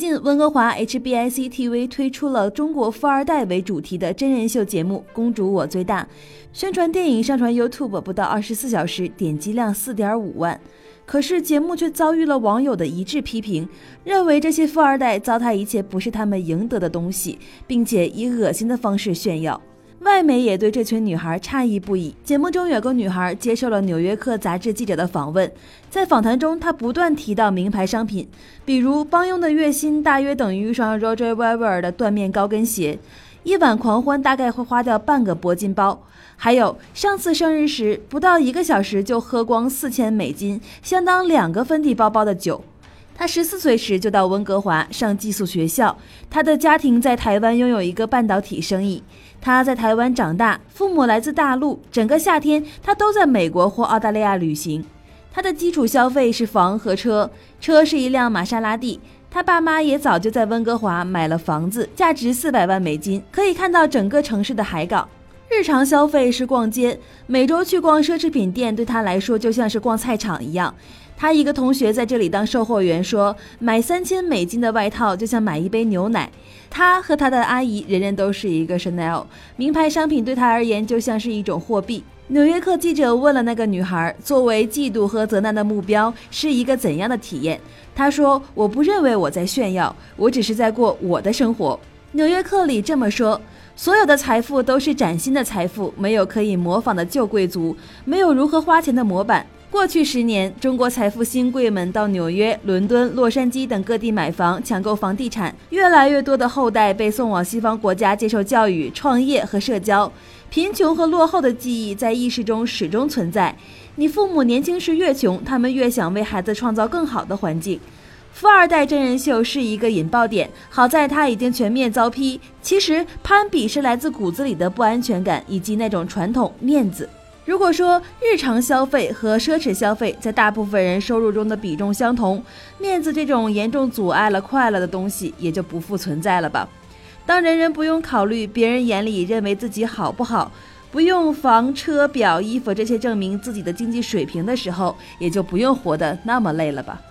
近温哥华 HBIC TV 推出了中国富二代为主题的真人秀节目《公主我最大》，宣传电影上传 YouTube 不到24小时，点击量4.5万。可是节目却遭遇了网友的一致批评，认为这些富二代糟蹋一切不是他们赢得的东西，并且以恶心的方式炫耀。外媒也对这群女孩诧异不已。节目中有个女孩接受了《纽约客》杂志记者的访问，在访谈中她不断提到名牌商品，比如帮佣的月薪大约等于一双 Roger Weber 的缎面高跟鞋，一晚狂欢大概会花掉半个铂金包，还有上次生日时不到1个小时就喝光$4000，相当2个芬迪包包的酒。他14岁时就到温哥华上寄宿学校，他的家庭在台湾拥有一个半导体生意。他在台湾长大，父母来自大陆，整个夏天他都在美国或澳大利亚旅行。他的基础消费是房和车，车是一辆玛莎拉蒂。他爸妈也早就在温哥华买了房子，价值$400万，可以看到整个城市的海港。日常消费是逛街，每周去逛奢侈品店对他来说就像是逛菜场一样。他一个同学在这里当售货员说，买$3000的外套就像买一杯牛奶。他和他的阿姨人人都是一个 Chanel， 名牌商品对他而言就像是一种货币。纽约客记者问了那个女孩，作为嫉妒和责难的目标是一个怎样的体验？她说，我不认为我在炫耀，我只是在过我的生活。纽约客里这么说，所有的财富都是崭新的财富，没有可以模仿的旧贵族，没有如何花钱的模板。过去10年，中国财富新贵们到纽约、伦敦、洛杉矶等各地买房，抢购房地产，越来越多的后代被送往西方国家接受教育、创业和社交。贫穷和落后的记忆在意识中始终存在。你父母年轻时越穷，他们越想为孩子创造更好的环境。富二代真人秀是一个引爆点，好在他已经全面遭批。其实攀比是来自骨子里的不安全感以及那种传统面子。如果说日常消费和奢侈消费在大部分人收入中的比重相同，面子这种严重阻碍了快乐的东西也就不复存在了吧。当人人不用考虑别人眼里认为自己好不好，不用房车表衣服这些证明自己的经济水平的时候，也就不用活得那么累了吧。